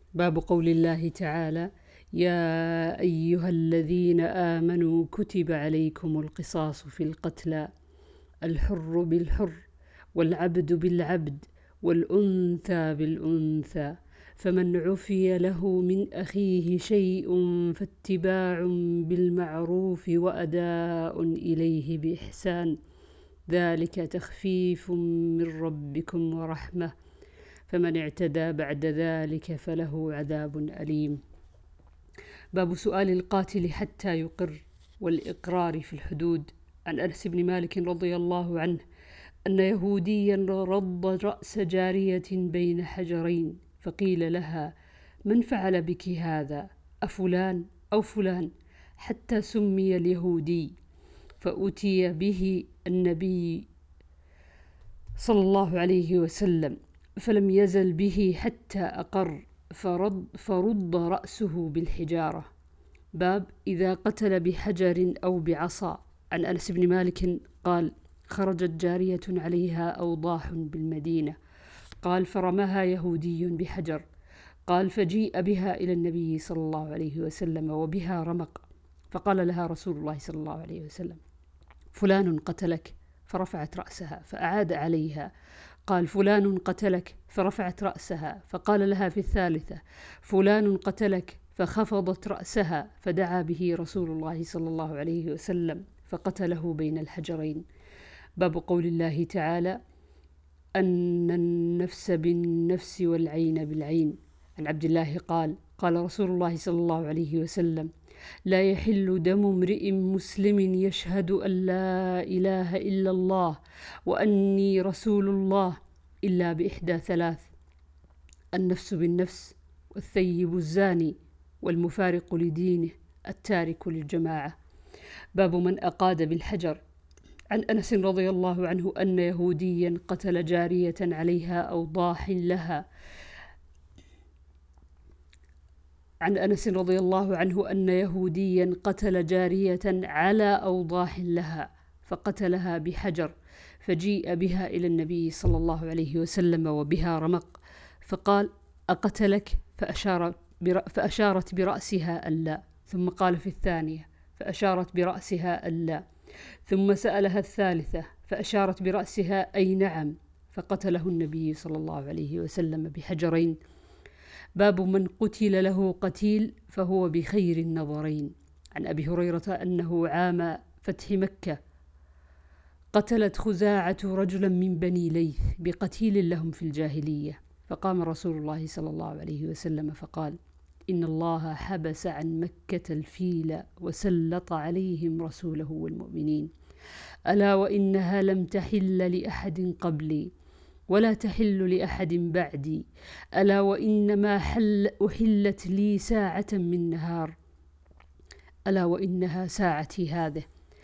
باب قول الله تعالى: يا أيها الذين آمنوا كتب عليكم القصاص في القتلى، الحر بالحر والعبد بالعبد والأنثى بالأنثى، فمن عفي له من أخيه شيء فاتباع بالمعروف وأداء إليه بإحسان، ذلك تخفيف من ربكم ورحمة، فمن اعتدى بعد ذلك فله عذاب أليم. باب سؤال القاتل حتى يقر والإقرار في الحدود. عن أنس بن مالك رضي الله عنه أن يهوديا رض رأس جارية بين حجرين، فقيل لها: من فعل بك هذا؟ أفلان أو فلان؟ حتى سمي اليهودي، فأتي به النبي صلى الله عليه وسلم، فلم يزل به حتى أقر، فرد رأسه بالحجارة. باب إذا قتل بحجر أو بعصا. عن أنس بن مالك قال: خرجت جارية عليها أوضاح بالمدينة، قال: فرماها يهودي بحجر، قال: فجيء بها إلى النبي صلى الله عليه وسلم وبها رمق، فقال لها رسول الله صلى الله عليه وسلم: فلان قتلك، فرفعت رأسها، فأعاد عليها، قال: فلان قتلك، فرفعت رأسها، فقال لها في الثالثة: فلان قتلك، فخفضت رأسها، فدعا به رسول الله صلى الله عليه وسلم فقتله بين الحجرين. باب قول الله تعالى: أن النفس بالنفس والعين بالعين. عن عبد الله قال: قال رسول الله صلى الله عليه وسلم: لا يحل دم امرئ مسلم يشهد أن لا إله إلا الله وأني رسول الله إلا بإحدى ثلاث: النفس بالنفس، والثيب الزاني، والمفارق لدينه، التارك للجماعة. باب من أقاد بالحجر. عن أنس رضي الله عنه أن يهوديا قتل جارية عليها أوضاح لها. عن أنس رضي الله عنه أن يهوديا قتل جارية على أوضاح لها، فقتلها بحجر، فجيء بها إلى النبي صلى الله عليه وسلم وبها رمق، فقال: أقتلك؟ فأشارت برأسها ألا، ثم قال في الثانية، فأشارت برأسها ألا، ثم سألها الثالثة، فأشارت برأسها أي نعم، فقتله النبي صلى الله عليه وسلم بحجرين. باب من قتل له قتيل فهو بخير النظرين. عن أبي هريرة أنه عام فتح مكة قتلت خزاعة رجلا من بني ليث بقتيل لهم في الجاهلية، فقام رسول الله صلى الله عليه وسلم فقال: إن الله حبس عن مكة الفيل وسلط عليهم رسوله والمؤمنين، ألا وإنها لم تحل لأحد قبلي ولا تحل لأحد بعدي، ألا وإنما أحلت لي ساعة من نهار، ألا وإنها ساعتي هذه،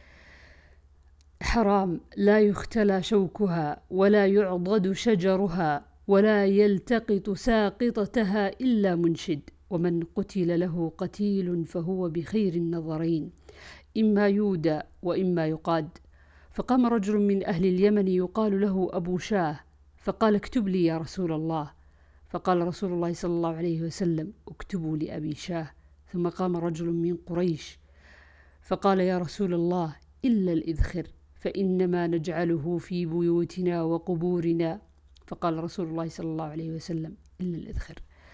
حرام لا يختلى شوكها ولا يعضد شجرها ولا يلتقط ساقطتها إلا منشد، ومن قتل له قتيل فهو بخير النظرين، إما يودى وإما يقاد. فقام رجل من أهل اليمن يقال له أبو شاه، فقال: اكتب لي يا رسول الله. فقال رسول الله صلى الله عليه وسلم: اكتبوا لأبي شاه. ثم قام رجل من قريش فقال: يا رسول الله، إلا الإذخر، فإنما نجعله في بيوتنا وقبورنا. فقال رسول الله صلى الله عليه وسلم: إلا الإذخر.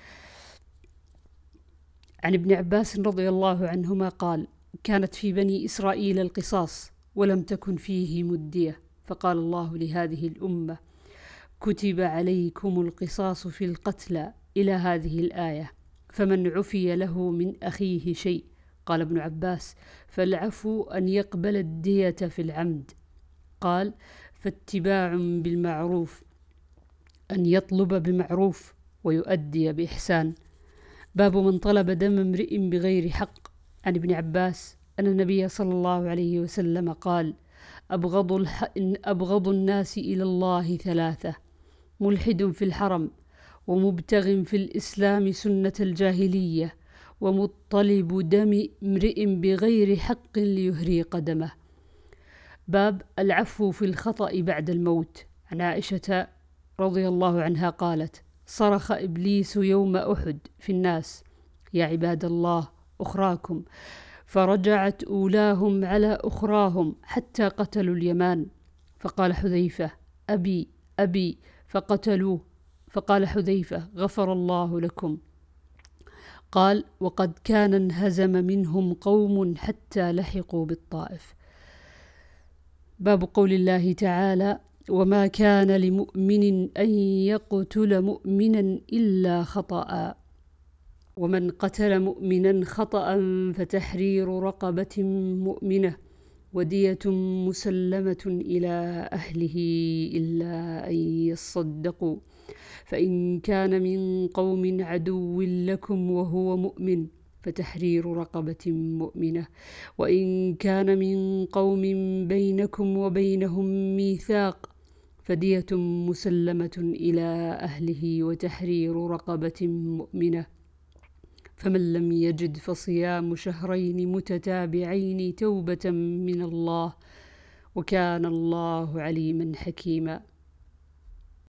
عن ابن عباس رضي الله عنهما قال: كانت في بني إسرائيل القصاص ولم تكن فيه مدية، فقال الله لهذه الأمة: كتب عليكم القصاص في القتلى، إلى هذه الآية: فمن عفي له من أخيه شيء. قال ابن عباس: فالعفو أن يقبل الدية في العمد. قال: فاتباع بالمعروف، أن يطلب بمعروف ويؤدي بإحسان. باب من طلب دم امرئ بغير حق. عن ابن عباس أن النبي صلى الله عليه وسلم قال: أبغض الناس إلى الله ثلاثة: ملحد في الحرم، ومبتغ في الإسلام سنة الجاهلية، ومطلب دم امرئ بغير حق ليهري قدمه. باب العفو في الخطأ بعد الموت. عن عائشة رضي الله عنها قالت: صرخ إبليس يوم أحد في الناس: يا عباد الله أخراكم. فرجعت أولاهم على أخراهم حتى قتلوا اليمان. فقال حذيفة: أبي أبي، فقتلوه. فقال حذيفة: غفر الله لكم. قال: وقد كان انهزم منهم قوم حتى لحقوا بالطائف. باب قول الله تعالى: وما كان لمؤمن أن يقتل مؤمنا إلا خطأ، ومن قتل مؤمنا خطأ فتحرير رقبة مؤمنة ودية مسلمة إلى أهله إلا أن يصدقوا، فإن كان من قوم عدو لكم وهو مؤمن فتحرير رقبة مؤمنة، وإن كان من قوم بينكم وبينهم ميثاق فدية مسلمة إلى أهله وتحرير رقبة مؤمنة، فمن لم يجد فصيام شهرين متتابعين توبة من الله، وكان الله عليما حكيما.